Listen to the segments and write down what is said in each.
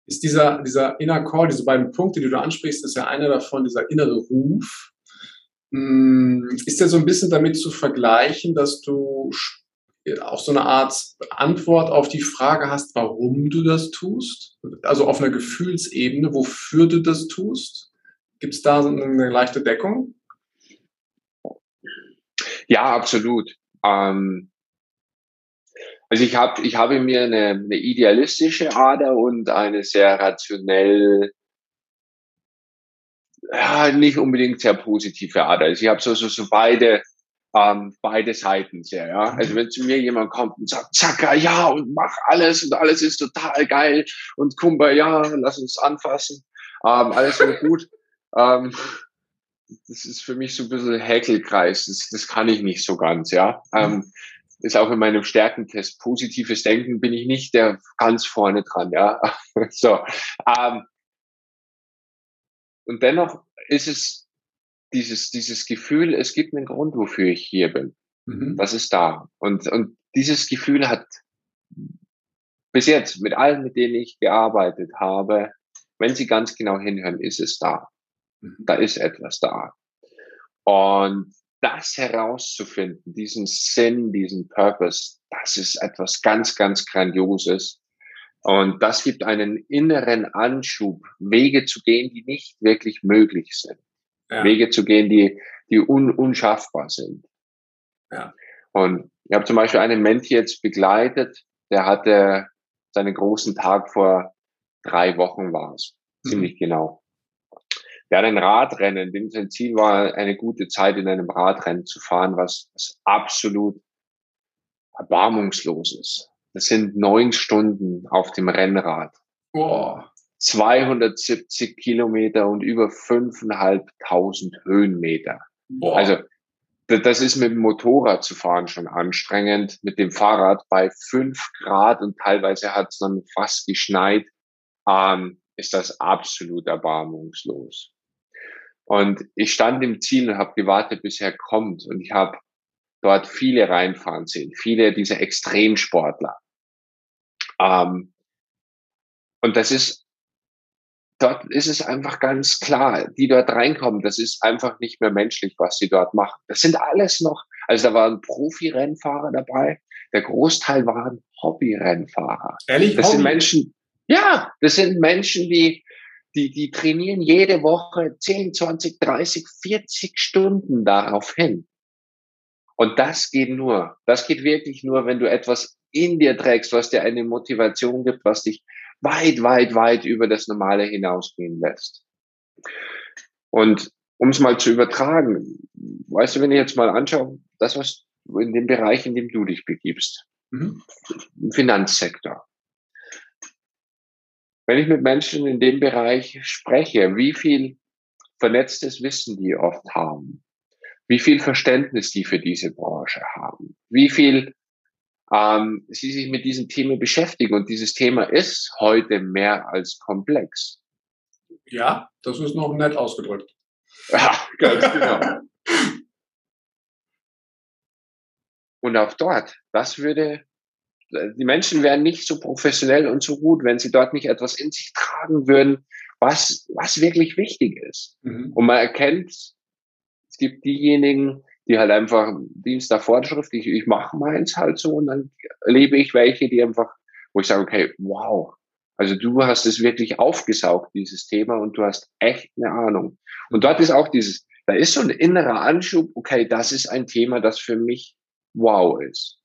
ist dieser Inner Core, diese beiden Punkte, die du ansprichst, ist ja einer davon, dieser innere Ruf. Ist der so ein bisschen damit zu vergleichen, dass du auch so eine Art Antwort auf die Frage hast, warum du das tust? Also auf einer Gefühlsebene, wofür du das tust? Gibt es da so eine leichte Deckung? Ja, absolut. Also ich habe in mir eine idealistische Ader und eine sehr rationell, ja, nicht unbedingt sehr positive Ader. Also ich habe so beide Seiten sehr, ja. Also wenn zu mir jemand kommt und sagt, Zacker, ja, und mach alles und alles ist total geil und Kumba, ja, lass uns anfassen, alles so gut. Das ist für mich so ein bisschen Häkelkreis. Das kann ich nicht so ganz, ja. Ist auch in meinem Stärkentest positives Denken bin ich nicht der ganz vorne dran, ja. So. Und dennoch ist es dieses Gefühl, es gibt einen Grund, wofür ich hier bin. Das ist da. Und dieses Gefühl hat bis jetzt mit allen, mit denen ich gearbeitet habe, wenn sie ganz genau hinhören, ist es da. Da ist etwas da. Und das herauszufinden, diesen Sinn, diesen Purpose, das ist etwas ganz, ganz Grandioses. Und das gibt einen inneren Anschub, Wege zu gehen, die nicht wirklich möglich sind. Ja. Wege zu gehen, die unschaffbar sind. Ja. Und ich habe zum Beispiel einen Menti jetzt begleitet, der hatte seinen großen Tag vor 3 Wochen war es. Ziemlich genau. Der hat ein Radrennen, dem sein Ziel war, eine gute Zeit in einem Radrennen zu fahren, was absolut erbarmungslos ist. Das sind 9 Stunden auf dem Rennrad. Oh. 270 Kilometer und über 5.500 Höhenmeter. Boah. Also das ist mit dem Motorrad zu fahren schon anstrengend. Mit dem Fahrrad bei 5 Grad und teilweise hat es dann fast geschneit, ist das absolut erbarmungslos. Und ich stand im Ziel und habe gewartet, bis er kommt. Und ich habe dort viele reinfahren sehen, viele dieser Extremsportler. Und dort ist es einfach ganz klar, die dort reinkommen, das ist einfach nicht mehr menschlich, was sie dort machen. Das sind alles noch, also da waren Profi-Rennfahrer dabei, der Großteil waren Hobby-Rennfahrer. Ehrlich? Das sind Menschen, ja, das sind Menschen, die trainieren jede Woche 10, 20, 30, 40 Stunden darauf hin. Und das geht wirklich nur, wenn du etwas in dir trägst, was dir eine Motivation gibt, was dich weit, weit, weit über das Normale hinausgehen lässt. Und um es mal zu übertragen, weißt du, wenn ich jetzt mal anschaue, das, was in dem Bereich, in dem du dich begibst, im Finanzsektor. Wenn ich mit Menschen in dem Bereich spreche, wie viel vernetztes Wissen die oft haben, wie viel Verständnis die für diese Branche haben, wie viel sie sich mit diesem Thema beschäftigen. Und dieses Thema ist heute mehr als komplex. Ja, das ist noch nett ausgedrückt. Ja, ganz genau. Und auch dort, die Menschen wären nicht so professionell und so gut, wenn sie dort nicht etwas in sich tragen würden, was wirklich wichtig ist. Und man erkennt, es gibt diejenigen, die halt einfach Dienst der Fortschrift, ich mache meins halt so und dann erlebe ich welche, die einfach, wo ich sage, okay, wow, also du hast es wirklich aufgesaugt, dieses Thema, und du hast echt eine Ahnung. Und dort ist auch da ist so ein innerer Anschub, okay, das ist ein Thema, das für mich wow ist.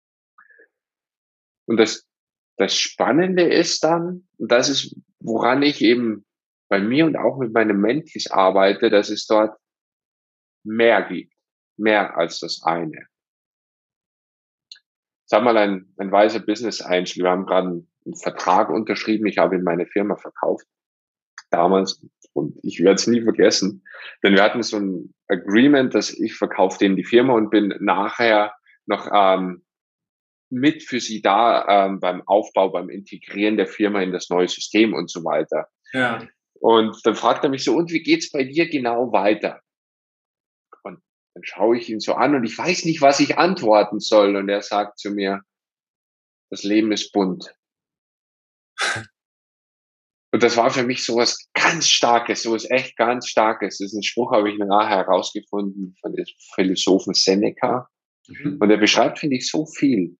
Und das Spannende ist dann, und das ist, woran ich eben bei mir und auch mit meinen Mentis arbeite, dass es dort mehr gibt. Mehr als das eine. Sag mal, ein weiser Business-Einstieg. Wir haben gerade einen Vertrag unterschrieben. Ich habe ihm meine Firma verkauft. Damals. Und ich werde es nie vergessen. Denn wir hatten so ein Agreement, dass ich verkaufe denen die Firma und bin nachher noch mit für sie da beim Aufbau, beim Integrieren der Firma in das neue System und so weiter. Ja. Und dann fragt er mich so, und wie geht's bei dir genau weiter? Und dann schaue ich ihn so an und ich weiß nicht, was ich antworten soll. Und er sagt zu mir, das Leben ist bunt. Und das war für mich sowas ganz Starkes, sowas echt ganz Starkes. Das ist ein Spruch, habe ich nachher herausgefunden von dem Philosophen Seneca. Und er beschreibt, finde ich, so viel.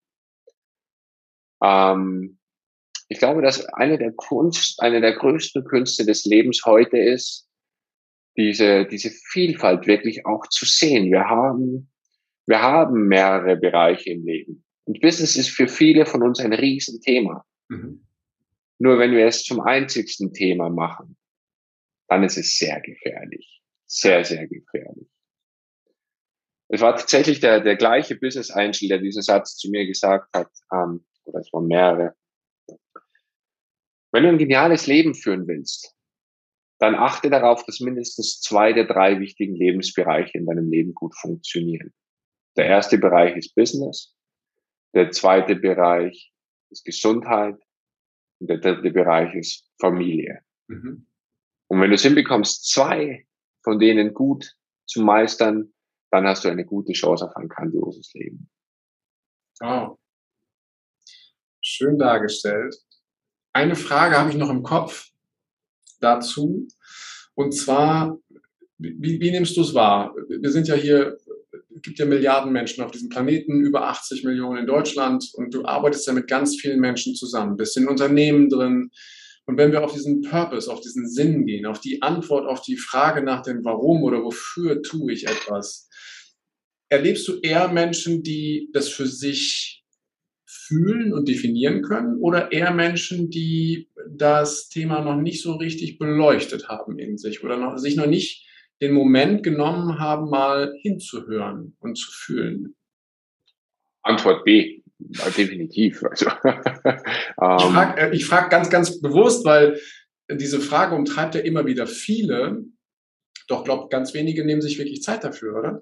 Ich glaube, dass eine der größten Künste des Lebens heute ist, diese Vielfalt wirklich auch zu sehen. Wir haben mehrere Bereiche im Leben. Und Business ist für viele von uns ein Riesenthema. Nur wenn wir es zum einzigsten Thema machen, dann ist es sehr gefährlich. Sehr, sehr gefährlich. Es war tatsächlich der gleiche Business Angel, der diesen Satz zu mir gesagt hat, oder es waren mehrere. Wenn du ein geniales Leben führen willst, dann achte darauf, dass mindestens 2 der 3 wichtigen Lebensbereiche in deinem Leben gut funktionieren. Der erste Bereich ist Business, der zweite Bereich ist Gesundheit und der dritte Bereich ist Familie. Und wenn du es hinbekommst, 2 von denen gut zu meistern, dann hast du eine gute Chance auf ein grandioses Leben. Wow. Schön dargestellt. Eine Frage habe ich noch im Kopf dazu. Und zwar, wie nimmst du es wahr? Wir sind ja hier, es gibt ja Milliarden Menschen auf diesem Planeten, über 80 Millionen in Deutschland, und du arbeitest ja mit ganz vielen Menschen zusammen, bist in Unternehmen drin. Und wenn wir auf diesen Purpose, auf diesen Sinn gehen, auf die Antwort auf die Frage nach dem Warum oder wofür tue ich etwas, erlebst du eher Menschen, die das für sich fühlen und definieren können, oder eher Menschen, die das Thema noch nicht so richtig beleuchtet haben in sich oder sich noch nicht den Moment genommen haben, mal hinzuhören und zu fühlen? Antwort B, definitiv. Also, ich frag ganz, ganz bewusst, weil diese Frage umtreibt ja immer wieder viele. Doch, glaube, ganz wenige nehmen sich wirklich Zeit dafür, oder?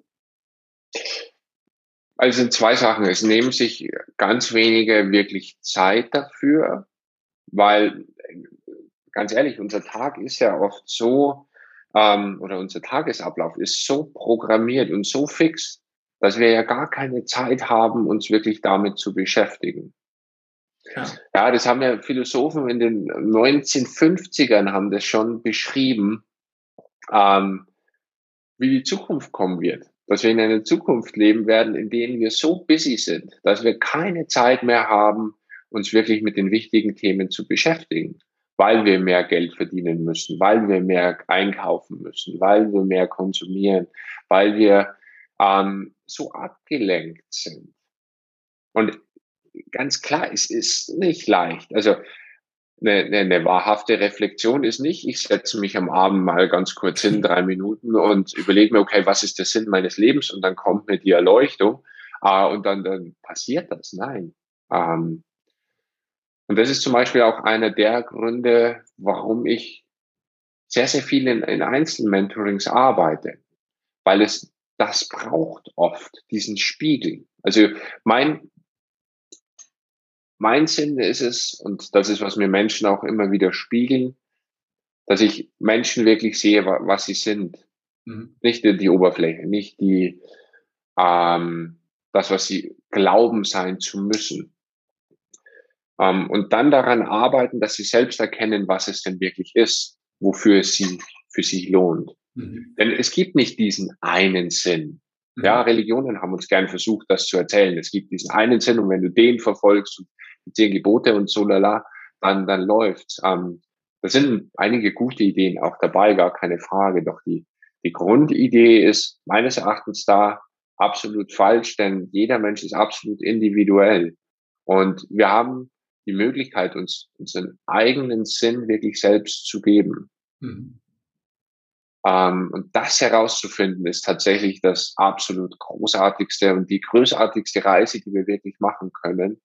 Also sind 2 Sachen. Es nehmen sich ganz wenige wirklich Zeit dafür, weil, ganz ehrlich, unser Tag ist ja oft so, oder unser Tagesablauf ist so programmiert und so fix, dass wir ja gar keine Zeit haben, uns wirklich damit zu beschäftigen. Ja, das haben ja Philosophen in den 1950ern haben das schon beschrieben, wie die Zukunft kommen wird. Dass wir in einer Zukunft leben werden, in denen wir so busy sind, dass wir keine Zeit mehr haben, uns wirklich mit den wichtigen Themen zu beschäftigen, weil wir mehr Geld verdienen müssen, weil wir mehr einkaufen müssen, weil wir mehr konsumieren, weil wir so abgelenkt sind. Und ganz klar, es ist nicht leicht. Also eine wahrhafte Reflexion ist nicht, ich setze mich am Abend mal ganz kurz hin, 3 Minuten, und überlege mir, okay, was ist der Sinn meines Lebens? Und dann kommt mir die Erleuchtung, und dann passiert das. Nein. Und das ist zum Beispiel auch einer der Gründe, warum ich sehr, sehr viel in Einzelmentorings arbeite, weil das braucht oft, diesen Spiegel. Also mein Sinn ist es, und das ist, was mir Menschen auch immer wieder spiegeln, dass ich Menschen wirklich sehe, was sie sind. Nicht die Oberfläche, nicht das, was sie glauben sein zu müssen. Und dann daran arbeiten, dass sie selbst erkennen, was es denn wirklich ist, wofür es für sich lohnt. Denn es gibt nicht diesen einen Sinn. Ja, Religionen haben uns gern versucht, das zu erzählen. Es gibt diesen einen Sinn, und wenn du den verfolgst und die 10 Gebote und so lala, dann läuft's. Da sind einige gute Ideen auch dabei, gar keine Frage. Doch die Grundidee ist meines Erachtens da absolut falsch, denn jeder Mensch ist absolut individuell. Und wir haben die Möglichkeit, uns unseren eigenen Sinn wirklich selbst zu geben. Und das herauszufinden, ist tatsächlich das absolut großartigste und die großartigste Reise, die wir wirklich machen können.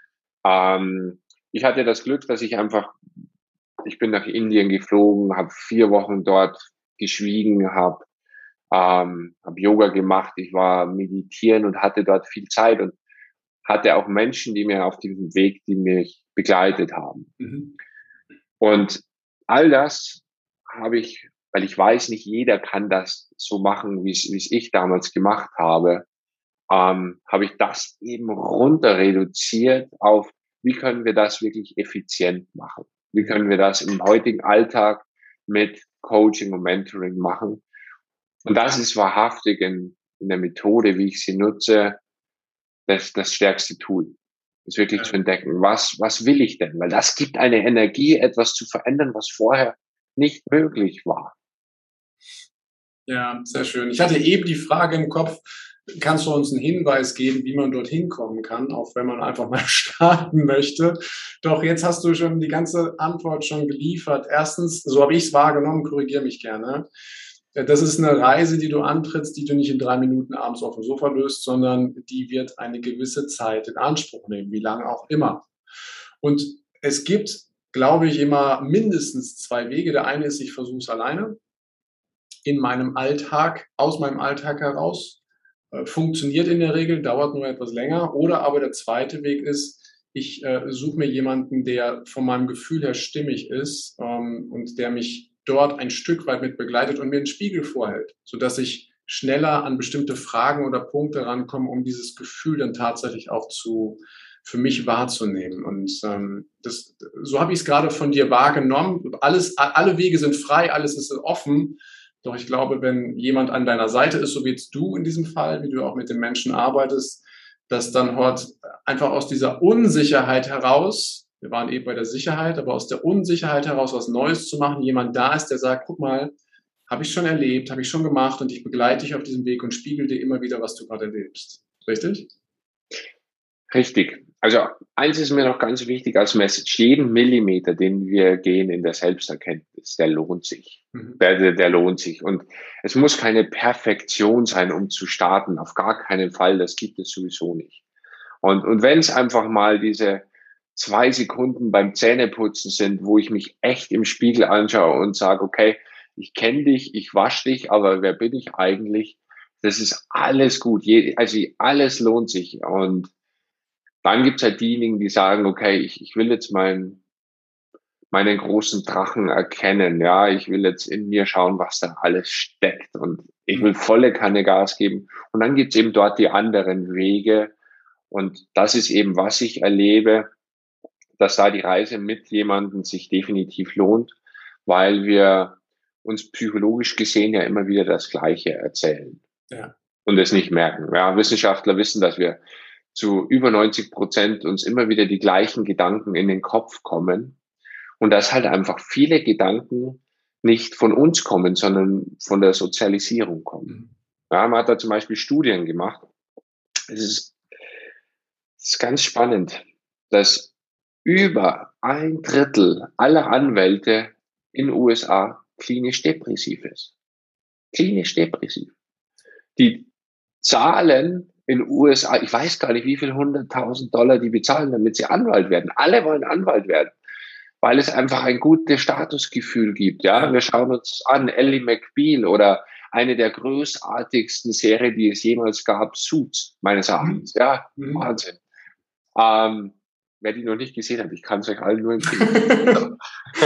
Ich hatte das Glück, dass ich bin nach Indien geflogen, habe 4 Wochen dort geschwiegen, habe Yoga gemacht, ich war meditieren und hatte dort viel Zeit und hatte auch Menschen, die mir auf diesem Weg, die mich begleitet haben. Und all das habe ich, weil ich weiß, nicht jeder kann das so machen, wie es ich damals gemacht habe, habe ich das eben runter reduziert auf, wie können wir das wirklich effizient machen. Wie können wir das im heutigen Alltag mit Coaching und Mentoring machen? Und das ist wahrhaftig in der Methode, wie ich sie nutze, das stärkste Tool. Ist wirklich zu entdecken, was will ich denn? Weil das gibt eine Energie, etwas zu verändern, was vorher nicht möglich war. Ja, sehr schön. Ich hatte eben die Frage im Kopf, kannst du uns einen Hinweis geben, wie man dorthin kommen kann, auch wenn man einfach mal starten möchte? Doch jetzt hast du schon die ganze Antwort schon geliefert. Erstens, so habe ich es wahrgenommen, korrigiere mich gerne. Das ist eine Reise, die du antrittst, die du nicht in 3 Minuten abends auf dem Sofa löst, sondern die wird eine gewisse Zeit in Anspruch nehmen, wie lange auch immer. Und es gibt, glaube ich, immer mindestens 2 Wege. Der eine ist, ich versuche es alleine in meinem Alltag, aus meinem Alltag heraus. Funktioniert in der Regel, dauert nur etwas länger. Oder aber der zweite Weg ist, ich suche mir jemanden, der von meinem Gefühl her stimmig ist und der mich dort ein Stück weit mit begleitet und mir einen Spiegel vorhält, sodass ich schneller an bestimmte Fragen oder Punkte rankomme, um dieses Gefühl dann tatsächlich auch für mich wahrzunehmen. Und so habe ich es gerade von dir wahrgenommen. Alle Wege sind frei, alles ist offen. Doch ich glaube, wenn jemand an deiner Seite ist, so wie jetzt du in diesem Fall, wie du auch mit den Menschen arbeitest, dass dann heute einfach aus dieser Unsicherheit heraus, wir waren eben bei der Sicherheit, aber aus der Unsicherheit heraus was Neues zu machen, jemand da ist, der sagt, guck mal, habe ich schon erlebt, habe ich schon gemacht und ich begleite dich auf diesem Weg und spiegel dir immer wieder, was du gerade erlebst. Richtig? Richtig. Also eins ist mir noch ganz wichtig als Message. Jeden Millimeter, den wir gehen in der Selbsterkenntnis, der lohnt sich. Der lohnt sich. Und es muss keine Perfektion sein, um zu starten. Auf gar keinen Fall. Das gibt es sowieso nicht. Und wenn es einfach mal diese 2 Sekunden beim Zähneputzen sind, wo ich mich echt im Spiegel anschaue und sage, okay, ich kenne dich, ich wasche dich, aber wer bin ich eigentlich? Das ist alles gut. Also alles lohnt sich. Und dann gibt's halt diejenigen, die sagen, okay, ich will jetzt meinen großen Drachen erkennen. Ja, ich will jetzt in mir schauen, was da alles steckt. Und ich will volle Kanne Gas geben. Und dann gibt's eben dort die anderen Wege. Und das ist eben, was ich erlebe, dass da die Reise mit jemandem sich definitiv lohnt, weil wir uns psychologisch gesehen ja immer wieder das Gleiche erzählen. Ja. Und es nicht merken. Ja, Wissenschaftler wissen, dass wir zu über 90% uns immer wieder die gleichen Gedanken in den Kopf kommen und dass halt einfach viele Gedanken nicht von uns kommen, sondern von der Sozialisierung kommen. Ja, man hat da zum Beispiel Studien gemacht. Es ist ganz spannend, dass über 1/3 aller Anwälte in den USA klinisch depressiv ist. Klinisch depressiv. Die Zahlen in den USA, ich weiß gar nicht, wie viel $100.000 die bezahlen, damit sie Anwalt werden. Alle wollen Anwalt werden, weil es einfach ein gutes Statusgefühl gibt. Ja, wir schauen uns an, Ally McBeal oder eine der großartigsten Serien, die es jemals gab, Suits, meines Erachtens. Ja, Wahnsinn. Wer die noch nicht gesehen hat, ich kann es euch allen nur empfehlen.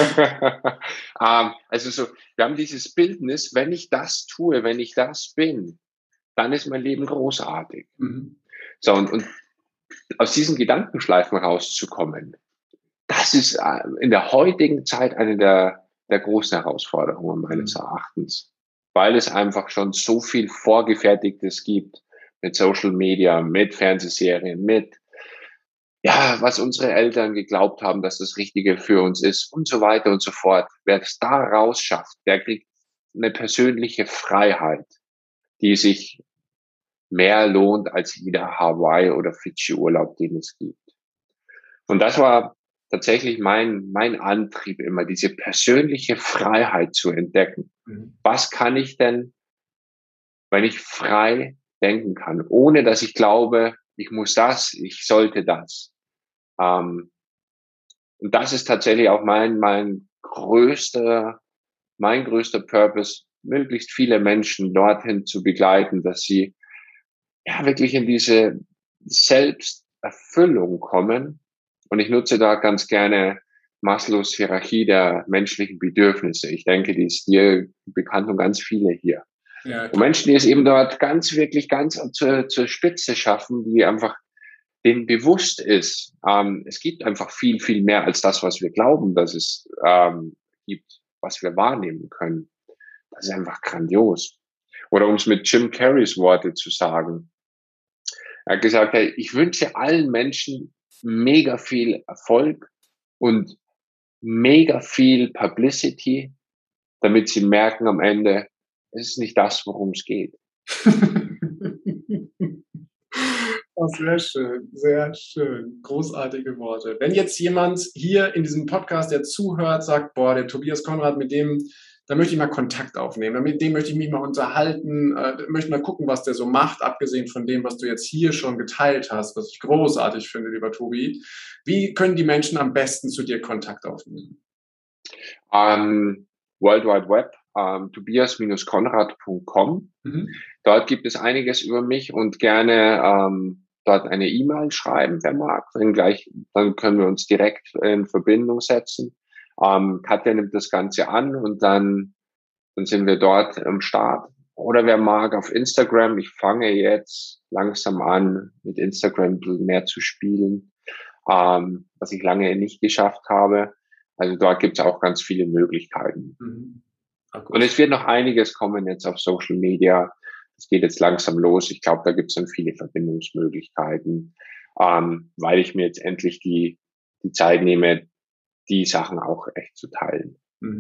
Also so, wir haben dieses Bildnis, wenn ich das tue, wenn ich das bin, dann ist mein Leben großartig. So, und aus diesen Gedankenschleifen rauszukommen, das ist in der heutigen Zeit eine der großen Herausforderungen meines Erachtens, weil es einfach schon so viel Vorgefertigtes gibt mit Social Media, mit Fernsehserien, mit was unsere Eltern geglaubt haben, dass das Richtige für uns ist und so weiter und so fort. Wer es da rausschafft, der kriegt eine persönliche Freiheit, die sich mehr lohnt als jeder Hawaii- oder Fidschi-Urlaub, den es gibt. Und das war tatsächlich mein Antrieb immer, diese persönliche Freiheit zu entdecken. Was kann ich denn, wenn ich frei denken kann, ohne dass ich glaube, ich muss das, ich sollte das. Und das ist tatsächlich auch mein größter Purpose, möglichst viele Menschen dorthin zu begleiten, dass sie wirklich in diese Selbsterfüllung kommen. Und ich nutze da ganz gerne Maslows Hierarchie der menschlichen Bedürfnisse. Ich denke, die ist dir bekannt und ganz viele hier. Ja, und Menschen, die es eben dort ganz zur Spitze schaffen, die einfach denen bewusst ist, es gibt einfach viel, viel mehr als das, was wir glauben, dass es gibt, was wir wahrnehmen können. Das ist einfach grandios. Oder um es mit Jim Carreys Worte zu sagen. Er hat gesagt, hey, ich wünsche allen Menschen mega viel Erfolg und mega viel Publicity, damit sie merken am Ende, es ist nicht das, worum es geht. Oh, sehr schön, sehr schön. Großartige Worte. Wenn jetzt jemand hier in diesem Podcast, der zuhört, sagt, boah, der Tobias Konrad, mit dem, da möchte ich mal Kontakt aufnehmen, mit dem möchte ich mich mal unterhalten, möchte mal gucken, was der so macht, abgesehen von dem, was du jetzt hier schon geteilt hast, was ich großartig finde, lieber Tobi. Wie können die Menschen am besten zu dir Kontakt aufnehmen? World Wide Web, tobias-konrad.com. Dort gibt es einiges über mich und gerne dort eine E-Mail schreiben, wer mag. Dann können wir uns direkt in Verbindung setzen. Katja nimmt das Ganze an und dann sind wir dort am Start. Oder wer mag auf Instagram, ich fange jetzt langsam an, mit Instagram ein bisschen mehr zu spielen, was ich lange nicht geschafft habe. Also dort gibt es auch ganz viele Möglichkeiten. Und es wird noch einiges kommen jetzt auf Social Media. Es geht jetzt langsam los. Ich glaube, da gibt es dann viele Verbindungsmöglichkeiten, weil ich mir jetzt endlich die Zeit nehme, die Sachen auch echt zu teilen.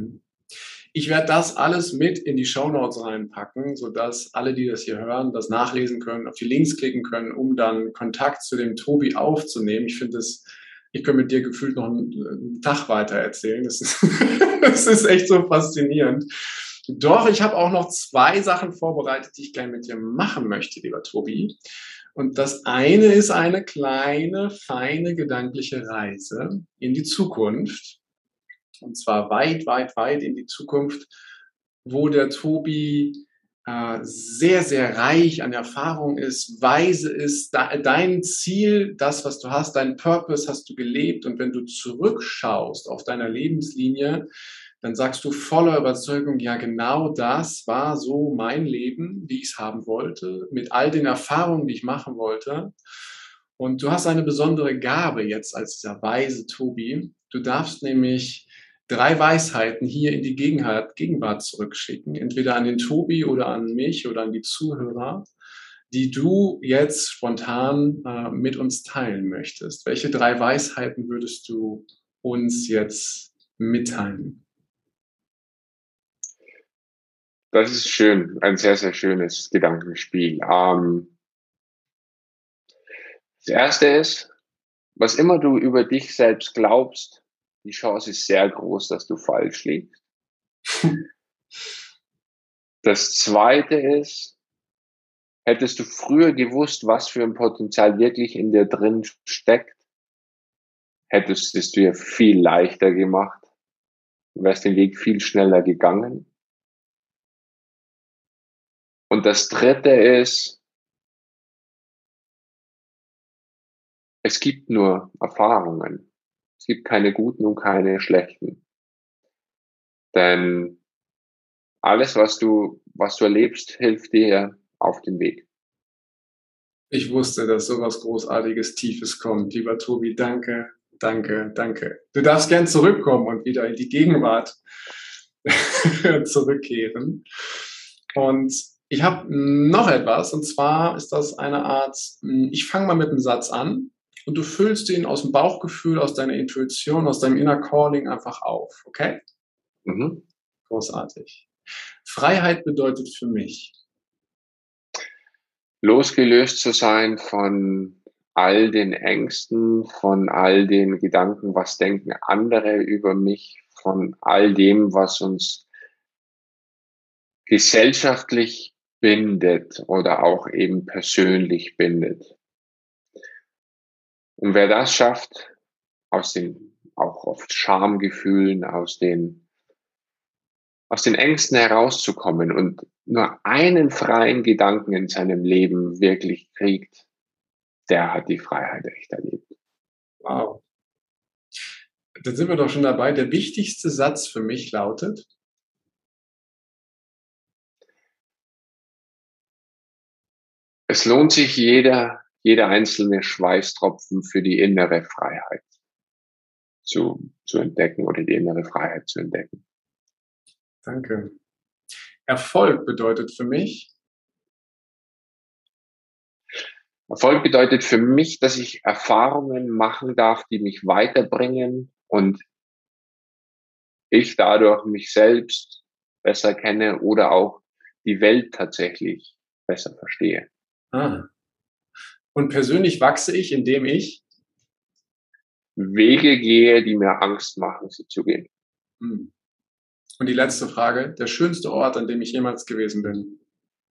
Ich werde das alles mit in die Shownotes reinpacken, sodass alle, die das hier hören, das nachlesen können, auf die Links klicken können, um dann Kontakt zu dem Tobi aufzunehmen. Ich finde es, ich könnte mit dir gefühlt noch einen Tag weiter erzählen. Das ist echt so faszinierend. Doch, ich habe auch noch 2 Sachen vorbereitet, die ich gerne mit dir machen möchte, lieber Tobi. Und das eine ist eine kleine, feine gedankliche Reise in die Zukunft. Und zwar weit, weit, weit in die Zukunft, wo der Tobi sehr, sehr reich an Erfahrung ist, weise ist. Dein Ziel, das, was du hast, dein Purpose hast du gelebt. Und wenn du zurückschaust auf deiner Lebenslinie, dann sagst du voller Überzeugung, ja, genau das war so mein Leben, wie ich es haben wollte, mit all den Erfahrungen, die ich machen wollte. Und du hast eine besondere Gabe jetzt als dieser weise Tobi. Du darfst nämlich 3 Weisheiten hier in die Gegenwart zurückschicken, entweder an den Tobi oder an mich oder an die Zuhörer, die du jetzt spontan mit uns teilen möchtest. Welche 3 Weisheiten würdest du uns jetzt mitteilen? Das ist schön, ein sehr, sehr schönes Gedankenspiel. Das erste ist, was immer du über dich selbst glaubst, die Chance ist sehr groß, dass du falsch liegst. Das zweite ist, hättest du früher gewusst, was für ein Potenzial wirklich in dir drin steckt, hättest es dir viel leichter gemacht. Du wärst den Weg viel schneller gegangen. Und das dritte ist, es gibt nur Erfahrungen. Es gibt keine guten und keine schlechten. Denn alles, was du erlebst, hilft dir auf dem Weg. Ich wusste, dass sowas Großartiges, Tiefes kommt. Lieber Tobi, danke, danke, danke. Du darfst gern zurückkommen und wieder in die Gegenwart zurückkehren. Und ich habe noch etwas, und zwar ist das eine Art, ich fange mal mit einem Satz an und du füllst ihn aus dem Bauchgefühl, aus deiner Intuition, aus deinem Inner Calling einfach auf, okay? Großartig. Freiheit bedeutet für mich, losgelöst zu sein von all den Ängsten, von all den Gedanken, was denken andere über mich, von all dem, was uns gesellschaftlich bindet oder auch eben persönlich bindet. Und wer das schafft, aus den auch oft Schamgefühlen, aus den Ängsten herauszukommen und nur einen freien Gedanken in seinem Leben wirklich kriegt, der hat die Freiheit echt erlebt. Wow. Dann sind wir doch schon dabei. Der wichtigste Satz für mich lautet: Es lohnt sich, jeder jeder einzelne Schweißtropfen für die innere Freiheit zu entdecken oder die innere Freiheit zu entdecken. Danke. Erfolg bedeutet für mich? Erfolg bedeutet für mich, dass ich Erfahrungen machen darf, die mich weiterbringen und ich dadurch mich selbst besser kenne oder auch die Welt tatsächlich besser verstehe. Und persönlich wachse ich, indem ich Wege gehe, die mir Angst machen, sie zu gehen. Und die letzte Frage, der schönste Ort, an dem ich jemals gewesen bin?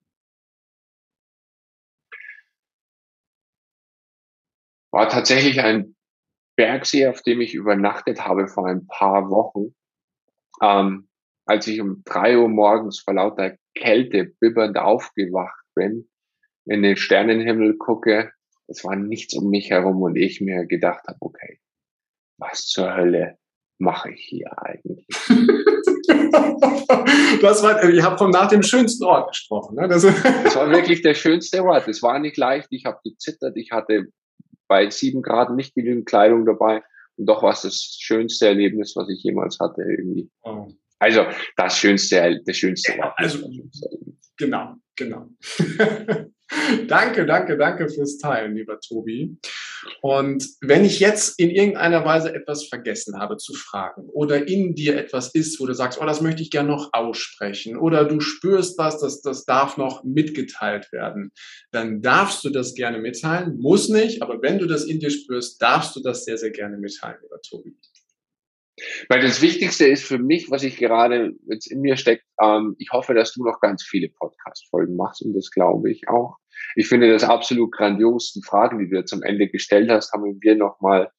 War tatsächlich ein Bergsee, auf dem ich übernachtet habe vor ein paar Wochen. Als ich um 3 Uhr morgens vor lauter Kälte bibbernd aufgewacht bin, in den Sternenhimmel gucke, es war nichts um mich herum und ich mir gedacht habe, okay, was zur Hölle mache ich hier eigentlich? Ich habe nach dem schönsten Ort gesprochen. Ne? Das war wirklich der schönste Ort. Es war nicht leicht, ich habe gezittert, ich hatte bei 7 Grad nicht genügend Kleidung dabei und doch war es das schönste Erlebnis, was ich jemals hatte irgendwie. Oh. Also das schönste Ort. Also, genau. Danke fürs Teilen, lieber Tobi. Und wenn ich jetzt in irgendeiner Weise etwas vergessen habe zu fragen oder in dir etwas ist, wo du sagst, oh, das möchte ich gerne noch aussprechen oder du spürst was, das darf noch mitgeteilt werden, dann darfst du das gerne mitteilen. Muss nicht, aber wenn du das in dir spürst, darfst du das sehr, sehr gerne mitteilen, lieber Tobi. Weil das Wichtigste ist für mich, was ich gerade jetzt in mir steckt, ich hoffe, dass du noch ganz viele Podcast-Folgen machst und das glaube ich auch. Ich finde das absolut grandios. Die Fragen, die du jetzt am Ende gestellt hast, haben wir nochmal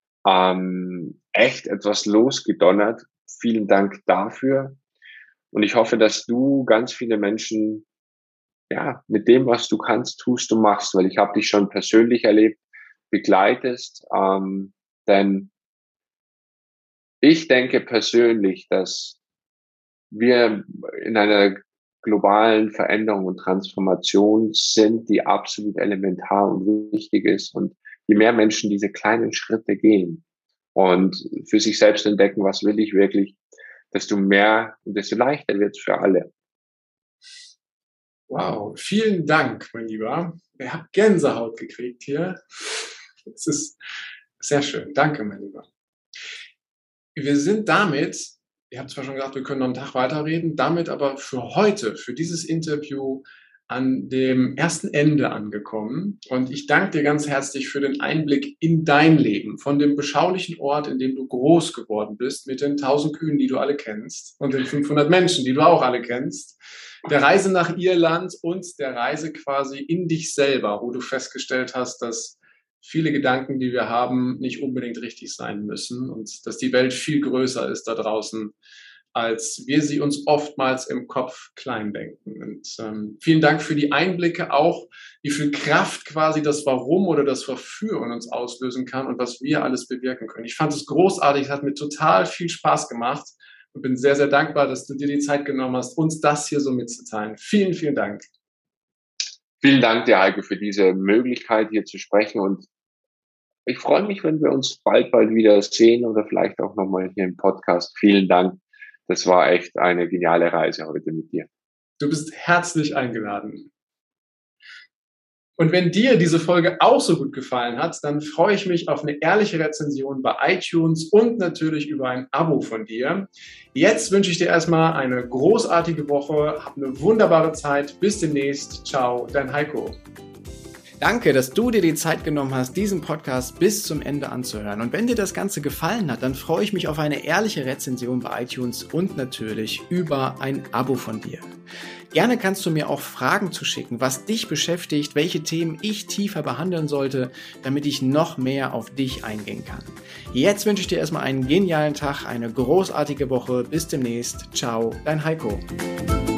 echt etwas losgedonnert. Vielen Dank dafür. Und ich hoffe, dass du ganz viele Menschen mit dem, was du kannst, tust und machst, weil ich habe dich schon persönlich erlebt, begleitest, denn ich denke persönlich, dass wir in einer globalen Veränderung und Transformation sind, die absolut elementar und wichtig ist. Und je mehr Menschen diese kleinen Schritte gehen und für sich selbst entdecken, was will ich wirklich, desto mehr und desto leichter wird es für alle. Wow, vielen Dank, mein Lieber. Ich habe Gänsehaut gekriegt hier. Das ist sehr schön. Danke, mein Lieber. Wir sind damit, ihr habt zwar schon gesagt, wir können noch einen Tag weiterreden, damit aber für heute, für dieses Interview an dem ersten Ende angekommen. Und ich danke dir ganz herzlich für den Einblick in dein Leben, von dem beschaulichen Ort, in dem du groß geworden bist, mit den 1000 Kühen, die du alle kennst und den 500 Menschen, die du auch alle kennst, der Reise nach Irland und der Reise quasi in dich selber, wo du festgestellt hast, dass viele Gedanken, die wir haben, nicht unbedingt richtig sein müssen und dass die Welt viel größer ist da draußen, als wir sie uns oftmals im Kopf klein denken. Und vielen Dank für die Einblicke auch, wie viel Kraft quasi das Warum oder das Verführen uns auslösen kann und was wir alles bewirken können. Ich fand es großartig, es hat mir total viel Spaß gemacht und bin sehr, sehr dankbar, dass du dir die Zeit genommen hast, uns das hier so mitzuteilen. Vielen, vielen Dank. Vielen Dank dir, Heiko, für diese Möglichkeit, hier zu sprechen. Und ich freue mich, wenn wir uns bald wieder sehen oder vielleicht auch nochmal hier im Podcast. Vielen Dank. Das war echt eine geniale Reise heute mit dir. Du bist herzlich eingeladen. Und wenn dir diese Folge auch so gut gefallen hat, dann freue ich mich auf eine ehrliche Rezension bei iTunes und natürlich über ein Abo von dir. Jetzt wünsche ich dir erstmal eine großartige Woche, hab eine wunderbare Zeit. Bis demnächst. Ciao, dein Heiko. Danke, dass du dir die Zeit genommen hast, diesen Podcast bis zum Ende anzuhören. Und wenn dir das Ganze gefallen hat, dann freue ich mich auf eine ehrliche Rezension bei iTunes und natürlich über ein Abo von dir. Gerne kannst du mir auch Fragen zuschicken, was dich beschäftigt, welche Themen ich tiefer behandeln sollte, damit ich noch mehr auf dich eingehen kann. Jetzt wünsche ich dir erstmal einen genialen Tag, eine großartige Woche. Bis demnächst. Ciao, dein Heiko.